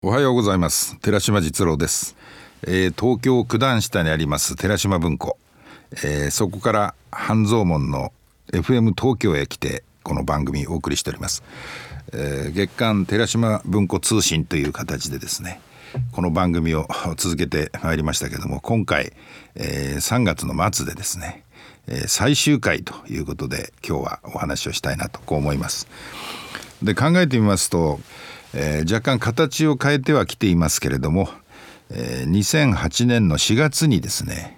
おはようございます。寺島実郎です。東京九段下にあります寺島文庫、そこから半蔵門の FM 東京へ来てこの番組をお送りしております。月刊寺島文庫通信という形でですね、この番組を続けてまいりましたけども、今回、3月の末でですね、最終回ということで今日はお話をしたいなとこう思います。で、考えてみますと、若干形を変えてはきていますけれども、2008年の4月にですね、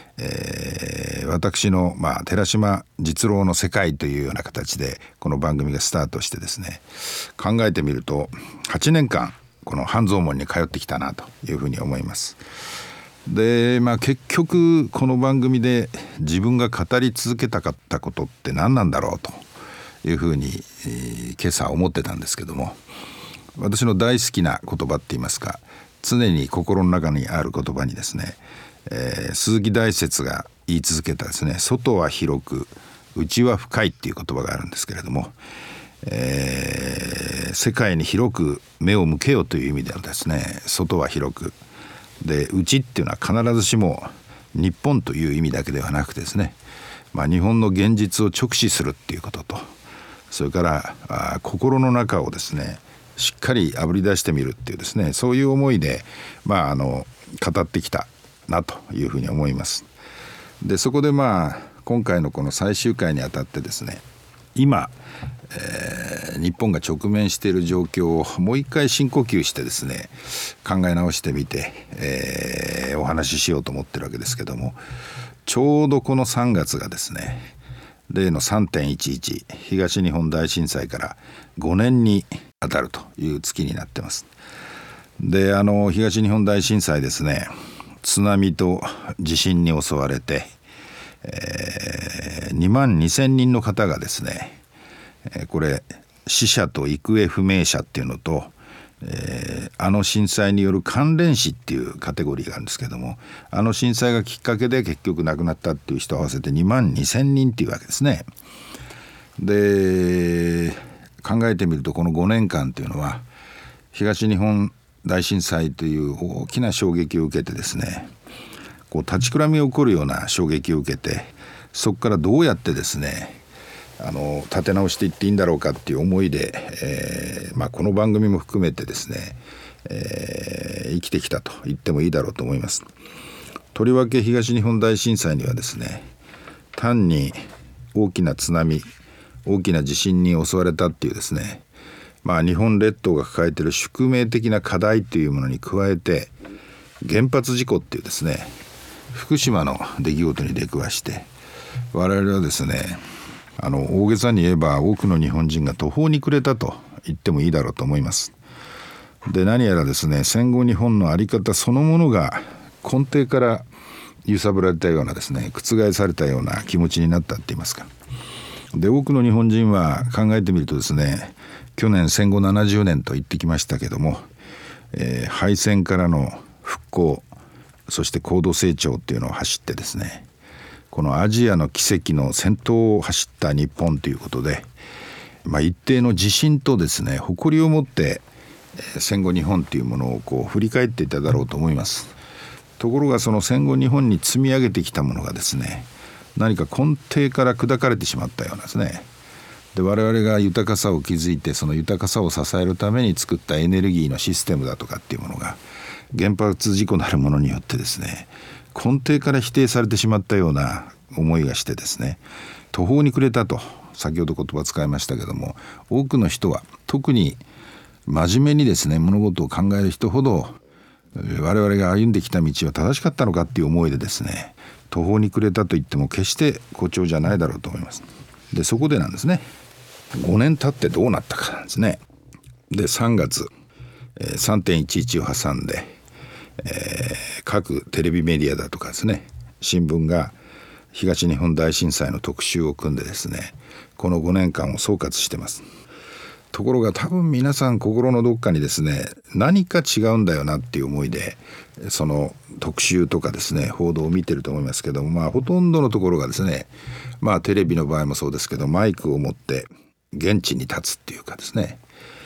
私の、寺島実郎の世界というような形でこの番組がスタートしてですね、考えてみると8年間この半蔵門に通ってきたなというふうに思います。で、結局この番組で自分が語り続けたかったことって何なんだろうというふうに、今朝思ってたんですけども、私の大好きな言葉って言いますか、常に心の中にある言葉にですね、鈴木大拙が言い続けたですね、外は広く内は深いっていう言葉があるんですけれども、世界に広く目を向けようという意味ではですね、外は広くで、内っていうのは必ずしも日本という意味だけではなくてですね、日本の現実を直視するっていうことと、それから心の中をですねしっかりあぶり出してみるっていうですね、そういう思いで、語ってきたなというふうに思います。で、そこで今回のこの最終回にあたってですね、今、日本が直面している状況をもう一回深呼吸してですね考え直してみて、お話ししようと思ってるわけですけども、ちょうどこの3月がですね、例の 3.11 東日本大震災から5年に当たるという月になってます。で、東日本大震災ですね、津波と地震に襲われて、2万2000人の方がですね、これ死者と行方不明者っていうのと、震災による関連死っていうカテゴリーがあるんですけども、震災がきっかけで結局亡くなったっていう人を合わせて2万2000人っていうわけですね。で、考えてみるとこの5年間というのは東日本大震災という大きな衝撃を受けてですね、こう立ちくらみが起こるような衝撃を受けて、そこからどうやってですね立て直していっていいんだろうかっていう思いで、この番組も含めてですね、生きてきたと言ってもいいだろうと思います。とりわけ東日本大震災にはですね、単に大きな津波、大きな地震に襲われたっていうですね、日本列島が抱えている宿命的な課題というものに加えて、原発事故っていうですね福島の出来事に出くわして、我々はですね大げさに言えば多くの日本人が途方に暮れたと言ってもいいだろうと思います。で、何やらですね、戦後日本の在り方そのものが根底から揺さぶられたようなですね、覆されたような気持ちになったって言いますか。で、多くの日本人は考えてみるとですね、去年戦後70年と言ってきましたけども、敗戦からの復興、そして高度成長っていうのを走ってですね、このアジアの奇跡の先頭を走った日本ということで、一定の自信とですね誇りを持って戦後日本というものをこう振り返っていただろうと思います。ところがその戦後日本に積み上げてきたものがですね、何か根底から砕かれてしまったようなんですね。で、我々が豊かさを築いて、その豊かさを支えるために作ったエネルギーのシステムだとかっていうものが原発事故なるものによってですね根底から否定されてしまったような思いがしてですね、途方に暮れたと先ほど言葉使いましたけども、多くの人は特に真面目にですね物事を考える人ほど、我々が歩んできた道は正しかったのかっていう思いでですね途方に暮れたと言っても決して誇張じゃないだろうと思います。で、そこでなんですね、5年経ってどうなったかなんですね。で、3月、3.11 を挟んで、各テレビメディアだとかですね、新聞が東日本大震災の特集を組んでですね、この5年間を総括してます。ところが多分皆さん心のどっかにですね何か違うんだよなっていう思いでその特集とかですね報道を見てると思いますけども、ほとんどのところがですね、テレビの場合もそうですけどマイクを持って現地に立つっていうかですね、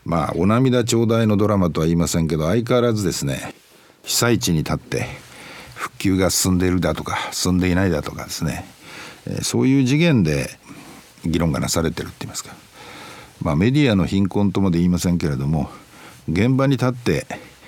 お涙頂戴のドラマとは言いませんけど、相変わらずですね、被災地に立って復旧が進んでいるだとか進んでいないだとかですね、そういう次元で議論がなされているって言いますか、メディアの貧困とまで言いませんけれども、現場に立って、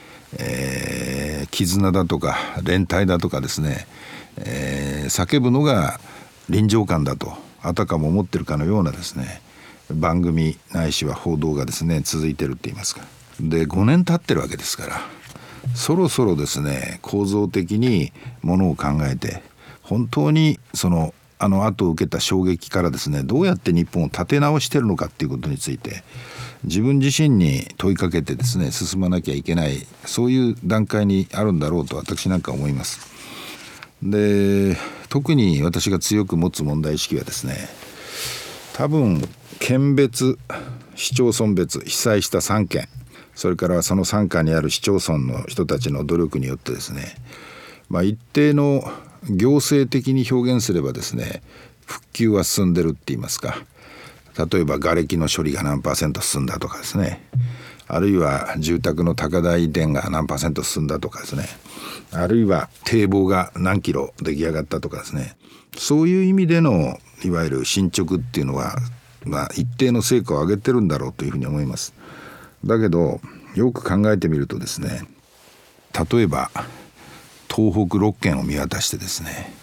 絆だとか連帯だとかですね、叫ぶのが臨場感だとあたかも思ってるかのようなですね、番組ないしは報道がですね続いてるって言いますか。で5年経ってるわけですから、そろそろですね構造的にものを考えて、本当に後を受けた衝撃からですね、どうやって日本を立て直してるのかっていうことについて自分自身に問いかけてですね進まなきゃいけない、そういう段階にあるんだろうと私なんか思います。で特に私が強く持つ問題意識はですね、多分県別市町村別被災した3県、それからその傘下にある市町村の人たちの努力によってですね、一定の行政的に表現すればですね復旧は進んでるって言いますか、例えば瓦礫の処理が何%進んだとかですね、あるいは住宅の高台移転が何%進んだとかですね、あるいは堤防が何キロ出来上がったとかですね、そういう意味でのいわゆる進捗っていうのは、一定の成果を上げてるんだろうというふうに思います。だけどよく考えてみるとですね、例えば東北6県を見渡してですね、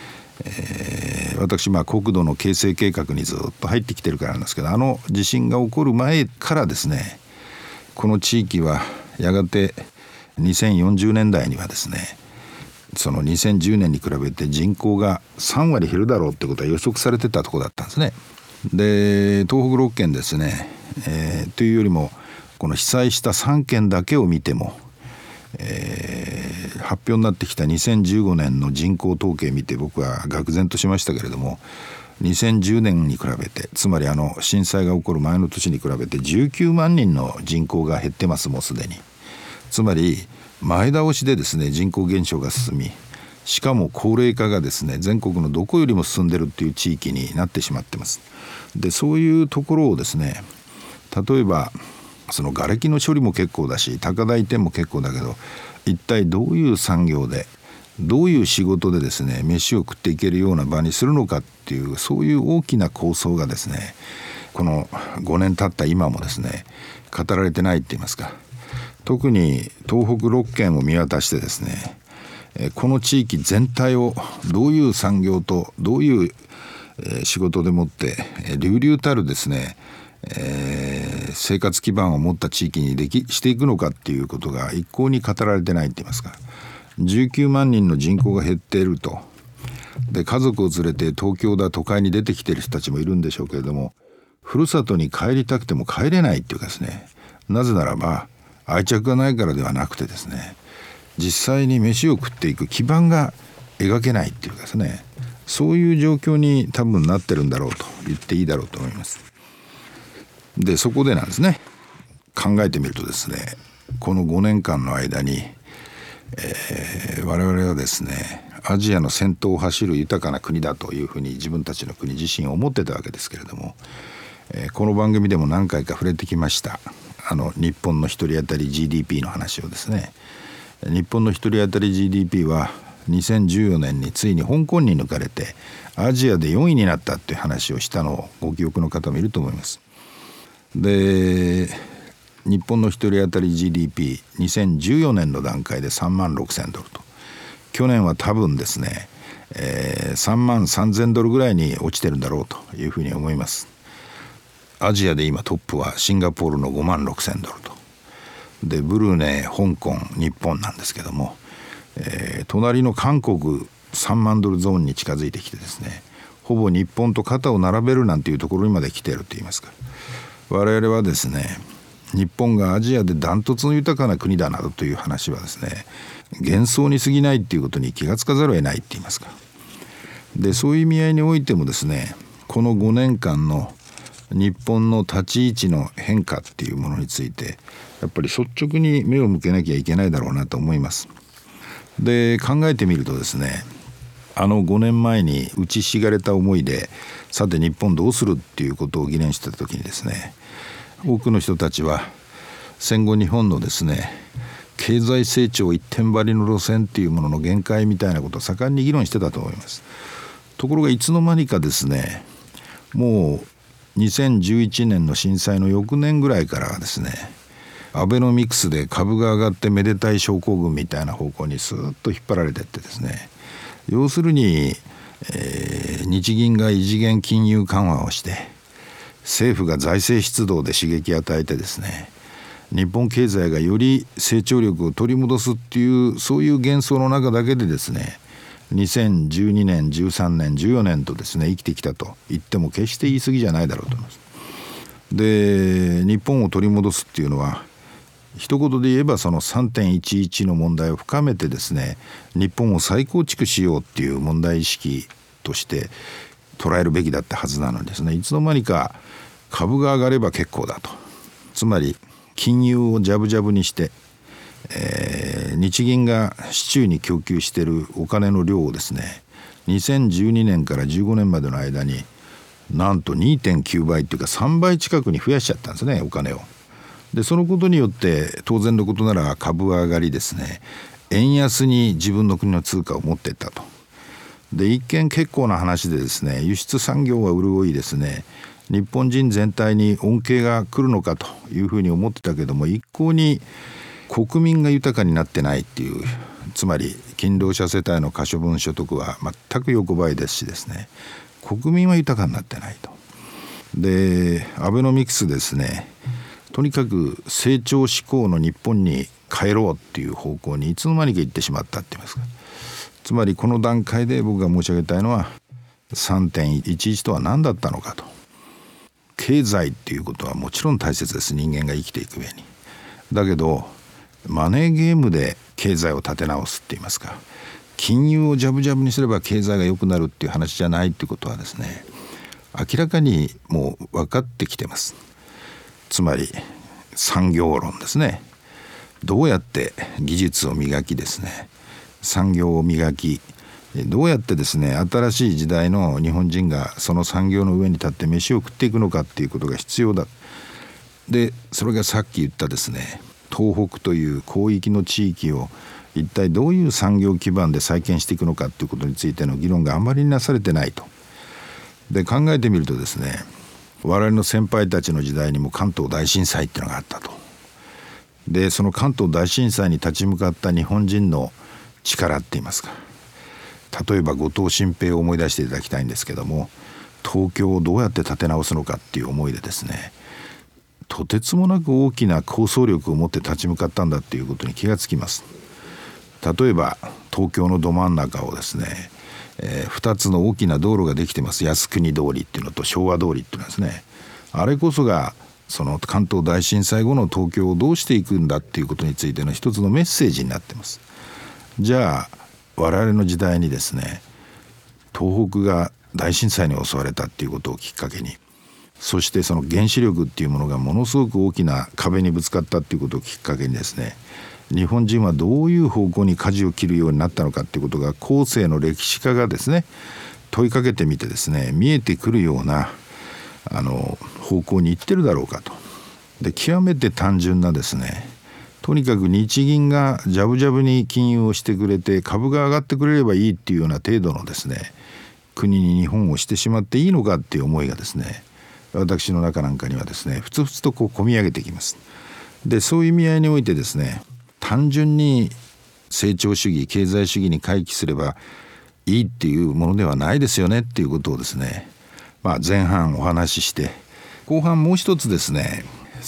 私国土の形成計画にずっと入ってきてるからなんですけど、地震が起こる前からですね、この地域はやがて2040年代にはですね、その2010年に比べて人口が3割減るだろうってことは予測されてたところだったんですね。で東北6県ですね、というよりもこの被災した3県だけを見ても、発表になってきた2015年の人口統計見て僕は愕然としましたけれども、2010年に比べて、つまり震災が起こる前の年に比べて19万人の人口が減ってます。もうすでに。つまり前倒しでですね人口減少が進み、しかも高齢化がですね全国のどこよりも進んでるっていう地域になってしまってます。でそういうところをですね、例えばその瓦礫の処理も結構だし高台移転も結構だけど、一体どういう産業でどういう仕事でですね飯を食っていけるような場にするのかっていう、そういう大きな構想がですねこの5年経った今もですね語られてないって言いますか。特に東北6県を見渡してですね、この地域全体をどういう産業とどういう仕事でもって隆々たるですね、生活基盤を持った地域にしていくのかっていうことが一向に語られてないって言いますか。19万人の人口が減っていると。で家族を連れて東京だ都会に出てきている人たちもいるんでしょうけれども、ふるさとに帰りたくても帰れないっていうかですね、なぜならば愛着がないからではなくてですね、実際に飯を食っていく基盤が描けないっていうかですね、そういう状況に多分なってるんだろうと言っていいだろうと思います。でそこでなんですね、考えてみるとですね、この5年間の間に、我々はですねアジアの先頭を走る豊かな国だというふうに自分たちの国自身思ってたわけですけれども、この番組でも何回か触れてきました日本の一人当たり GDP の話をですね、日本の一人当たり GDP は2014年についに香港に抜かれてアジアで4位になったっていう話をしたのをご記憶の方もいると思います。で日本の一人当たり GDP2014 年の段階で3万6000ドルと、去年は多分ですね、3万3000ドルぐらいに落ちてるんだろうというふうに思います。アジアで今トップはシンガポールの5万6000ドルと、でブルネイ、香港、日本なんですけども、隣の韓国3万ドルゾーンに近づいてきてですね、ほぼ日本と肩を並べるなんていうところにまで来ていると言いますか、我々はですね日本がアジアでダントツの豊かな国だなどという話はですね幻想に過ぎないっていうことに気がつかざるを得ないって言いますか。でそういう意味合いにおいてもですね、この5年間の日本の立ち位置の変化っていうものについてやっぱり率直に目を向けなきゃいけないだろうなと思います。で考えてみるとですね、5年前に打ちひしがれた思いでさて日本どうするっていうことを議論してた時にですね、多くの人たちは戦後日本のですね経済成長一点張りの路線っていうものの限界みたいなことを盛んに議論してたと思います。ところがいつの間にかですね、もう2011年の震災の翌年ぐらいからはですね、アベノミクスで株が上がってめでたい症候群みたいな方向にスーッと引っ張られていってですね、要するに、日銀が異次元金融緩和をして政府が財政出動で刺激を与えてですね、日本経済がより成長力を取り戻すっていうそういう幻想の中だけでですね、2012年13年14年とですね生きてきたと言っても決して言い過ぎじゃないだろうと思います。で、日本を取り戻すっていうのは一言で言えばその 3.11 の問題を深めてですね、日本を再構築しようっていう問題意識として捉えるべきだったはずなのにですね、いつの間にか株が上がれば結構だと、つまり金融をジャブジャブにして、日銀が市中に供給しているお金の量をですね、2012年から15年までの間になんと 2.9 倍っていうか3倍近くに増やしちゃったんですね、お金を。でそのことによって当然のことなら株は上がりですね、円安に自分の国の通貨を持っていったと。で一見結構な話でですね、輸出産業は潤いですね、日本人全体に恩恵が来るのかというふうに思ってたけども、一向に国民が豊かになってないっていう、つまり勤労者世帯の可処分所得は全く横ばいですしですね、国民は豊かになってないと。でアベノミクスですね、とにかく成長志向の日本に帰ろうっていう方向にいつの間にか行ってしまったって言いますか、つまりこの段階で僕が申し上げたいのは 3.11 とは何だったのかと。経済っていうことはもちろん大切です、人間が生きていく上に。だけどマネーゲームで経済を立て直すって言いますか、金融をジャブジャブにすれば経済が良くなるっていう話じゃないってことはですね、明らかにもう分かってきてます。つまり産業論ですね。どうやって技術を磨きですね、産業を磨き、どうやってですね新しい時代の日本人がその産業の上に立って飯を食っていくのかっていうことが必要だ。でそれがさっき言ったですね、東北という広域の地域を一体どういう産業基盤で再建していくのかということについての議論があまりなされてないと。で考えてみるとですね、我々の先輩たちの時代にも関東大震災っていうのがあったと。でその関東大震災に立ち向かった日本人の力って言いますか、例えば後藤新平を思い出していただきたいんですけども、東京をどうやって立て直すのかっていう思いでですね、とてつもなく大きな構想力を持って立ち向かったんだっていうことに気がつきます。例えば東京のど真ん中をですね、2つの大きな道路ができてます。靖国通りっていうのと昭和通りっていうのはですね、あれこそがその関東大震災後の東京をどうしていくんだっていうことについての一つのメッセージになってます。じゃあ我々の時代にですね、東北が大震災に襲われたっていうことをきっかけに、そしてその原子力っていうものがものすごく大きな壁にぶつかったっていうことをきっかけにですね、日本人はどういう方向に舵を切るようになったのかっていうことが後世の歴史家がですね問いかけてみてですね、見えてくるような方向に行ってるだろうかと。で極めて単純なですね、とにかく日銀がジャブジャブに金融をしてくれて株が上がってくれればいいっていうような程度のですね国に日本をしてしまっていいのかっていう思いがですね、私の中なんかにはですねふつふつと込み上げてきます。でそういう意味合いにおいてですね、単純に成長主義経済主義に回帰すればいいっていうものではないですよねっていうことをですね、前半お話しして、後半もう一つですね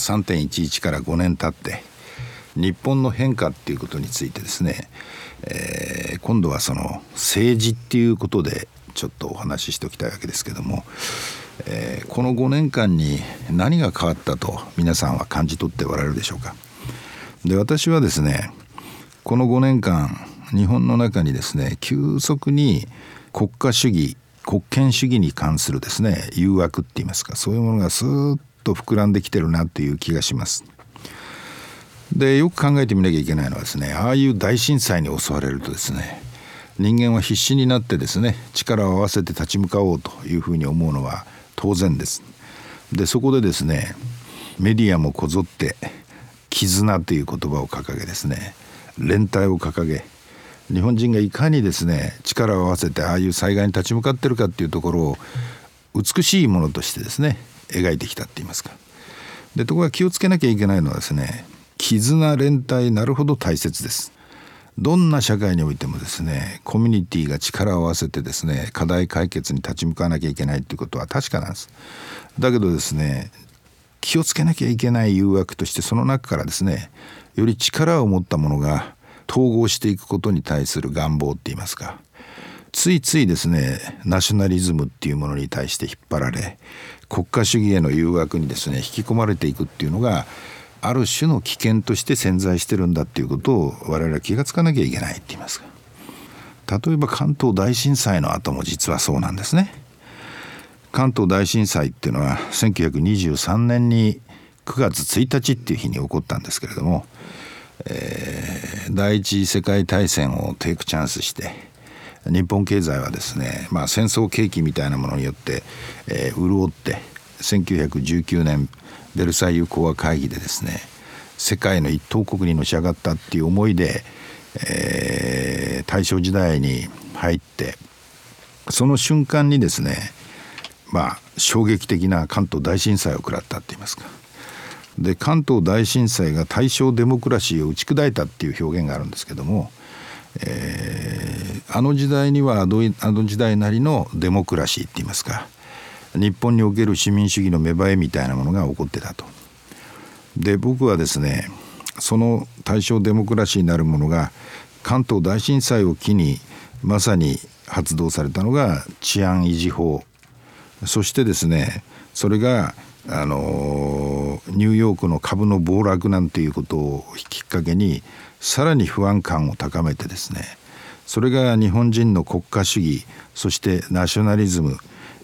3.11 から5年経って日本の変化っていうことについてですね、今度はその政治っていうことでちょっとお話ししておきたいわけですけども、この5年間に何が変わったと皆さんは感じ取っておられるでしょうか。で私はですね、この5年間日本の中にですね急速に国家主義国権主義に関するですね誘惑って言いますか、そういうものがスーッと膨らんできてるなという気がします。でよく考えてみなきゃいけないのはですね、ああいう大震災に襲われるとですね、人間は必死になってですね力を合わせて立ち向かおうというふうに思うのは当然です。でそこでですねメディアもこぞって絆という言葉を掲げですね、連帯を掲げ、日本人がいかにですね力を合わせてああいう災害に立ち向かっているかっていうところを美しいものとしてですね描いてきたって言いますか。でところが気をつけなきゃいけないのはですね、絆連帯なるほど大切です。どんな社会においてもですねコミュニティが力を合わせてですね課題解決に立ち向かわなきゃいけないということは確かなんです。だけどですね、気をつけなきゃいけない誘惑としてその中からですねより力を持ったものが統合していくことに対する願望って言いますか、ついついですねナショナリズムっていうものに対して引っ張られ国家主義への誘惑にですね引き込まれていくっていうのがある種の危険として潜在してるんだっていうことを我々は気がつかなきゃいけないって言いますか。例えば関東大震災の後も実はそうなんですね。関東大震災っていうのは1923年に9月1日っていう日に起こったんですけれども、第一次世界大戦をテイクチャンスして日本経済はですね、戦争景気みたいなものによって、潤って1919年ベルサイユ講和会議でですね世界の一等国にのし上がったっていう思いで、大正時代に入ってその瞬間にですね衝撃的な関東大震災を食らったって言いますか。で関東大震災が大正デモクラシーを打ち砕いたっていう表現があるんですけども、あの時代にはあの時代なりのデモクラシーって言いますか、日本における市民主義の芽生えみたいなものが起こってたと。で僕はですねその大正デモクラシーなるものが関東大震災を機にまさに発動されたのが治安維持法、そしてですねそれがニューヨークの株の暴落なんていうことをきっかけにさらに不安感を高めてですね、それが日本人の国家主義、そしてナショナリズム、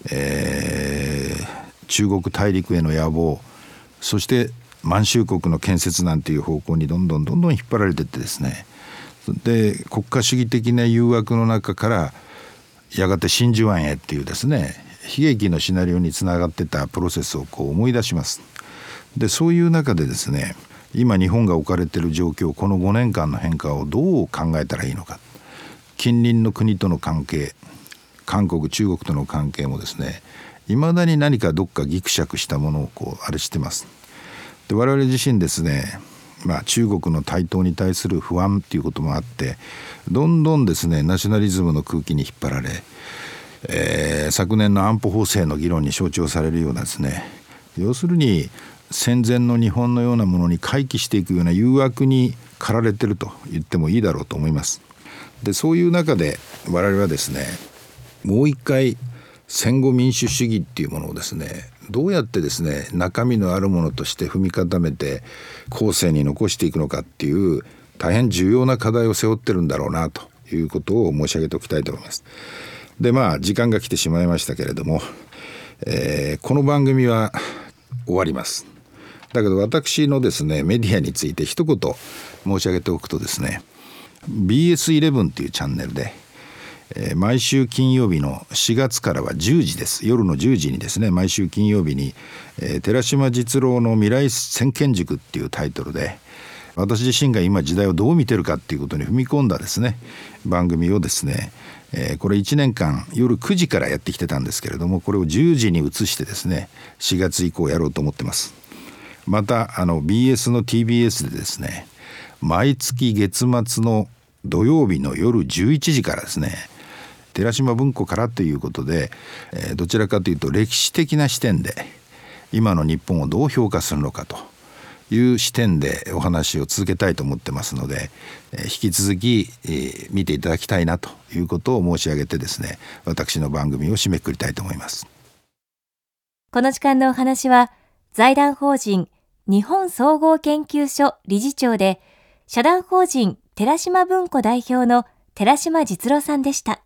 中国大陸への野望、そして満州国の建設なんていう方向にどんどん引っ張られていってですね、で国家主義的な誘惑の中からやがて真珠湾へっていうですね悲劇のシナリオにつながってたプロセスを思い出します。でそういう中でですね今日本が置かれている状況、この5年間の変化をどう考えたらいいのか、近隣の国との関係、韓国中国との関係もですねいまだに何かどっかギクシャクしたものをあれしてます。で我々自身ですね中国の台頭に対する不安っていうこともあってどんどんですねナショナリズムの空気に引っ張られ、昨年の安保法制の議論に象徴されるようなですね、要するに戦前の日本のようなものに回帰していくような誘惑に駆られてると言ってもいいだろうと思います。でそういう中で我々はですねもう一回戦後民主主義っていうものをですねどうやってですね中身のあるものとして踏み固めて後世に残していくのかっていう大変重要な課題を背負ってるんだろうなということを申し上げておきたいと思います。で時間が来てしまいましたけれども、この番組は終わります。だけど私のですねメディアについて一言申し上げておくとですね BS11 というチャンネルで、毎週金曜日の4月からは10時です。夜の10時にですね毎週金曜日に、寺島実郎の未来先見塾っていうタイトルで私自身が今時代をどう見てるかっていうことに踏み込んだですね番組をですね、これ1年間夜9時からやってきてたんですけれども、これを10時に移してですね4月以降やろうと思ってます。またBS の TBS でですね毎月月末の土曜日の夜11時からですね寺島文庫からということで、どちらかというと歴史的な視点で今の日本をどう評価するのかという視点でお話を続けたいと思ってますので、引き続き、見ていただきたいなということを申し上げてですね私の番組を締めくくりたいと思います。 この時間のお話は財団法人日本総合研究所理事長で社団法人寺島文庫代表の寺島実郎さんでした。